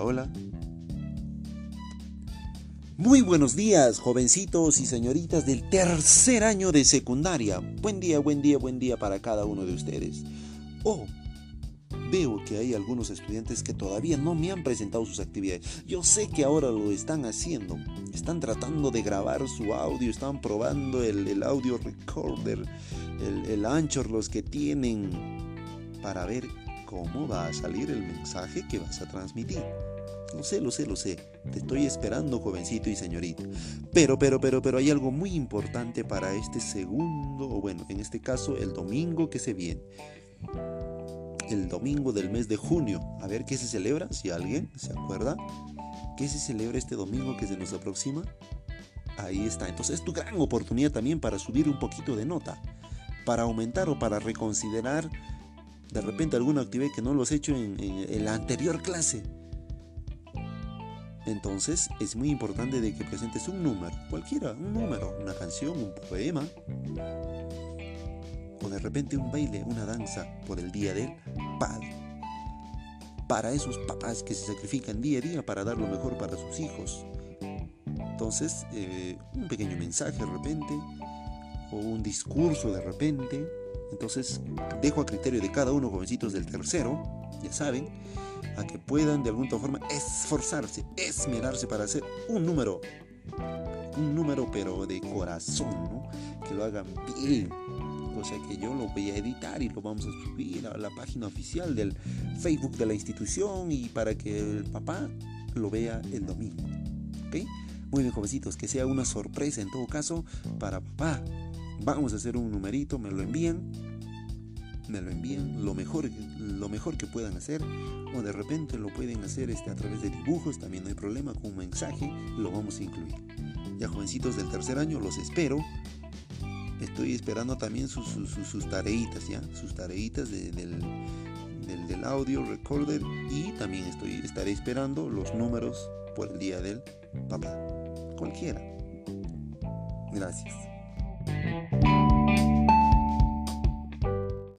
hola. Muy buenos días, jovencitos y señoritas del tercer año de secundaria. Buen día para cada uno de ustedes. Veo que hay algunos estudiantes que todavía no me han presentado sus actividades. Yo sé que ahora lo están haciendo. Están tratando de grabar su audio, están probando el audio recorder, el Anchor, los que tienen, para ver cómo va a salir el mensaje que vas a transmitir. Lo sé. Te estoy esperando, jovencito y señorita. Pero hay algo muy importante para este segundo, o bueno, en este caso, el domingo que se viene. El domingo del mes de junio. A ver, ¿qué se celebra? Si alguien se acuerda. ¿Qué se celebra este domingo que se nos aproxima? Ahí está. Entonces es tu gran oportunidad también para subir un poquito de nota. Para aumentar o para reconsiderar de repente alguna actividad que no lo has hecho en la anterior clase. Entonces es muy importante de que presentes un número, cualquiera, un número, una canción, un poema, o de repente un baile, una danza por el Día del Padre. Para esos papás que se sacrifican día a día para dar lo mejor para sus hijos. Entonces, un pequeño mensaje de repente, o un discurso de repente. Entonces, dejo a criterio de cada uno, jovencitos del tercero, ya saben, a que puedan de alguna forma esforzarse, esmerarse para hacer un número pero de corazón, ¿no? Que lo hagan bien, o sea que yo lo voy a editar y lo vamos a subir a la página oficial del Facebook de la institución y para que el papá lo vea el domingo, ¿ok? Muy bien, jovencitos, que sea una sorpresa en todo caso para papá. Vamos a hacer un numerito, me lo envían lo mejor que puedan hacer, o de repente lo pueden hacer a través de dibujos, también no hay problema, con un mensaje lo vamos a incluir. Ya, jovencitos del tercer año, los espero. Estoy esperando también sus tareitas, ¿ya? Sus tareitas del audio recorder, y también estaré esperando los números por el Día del Papá. Cualquiera. Gracias.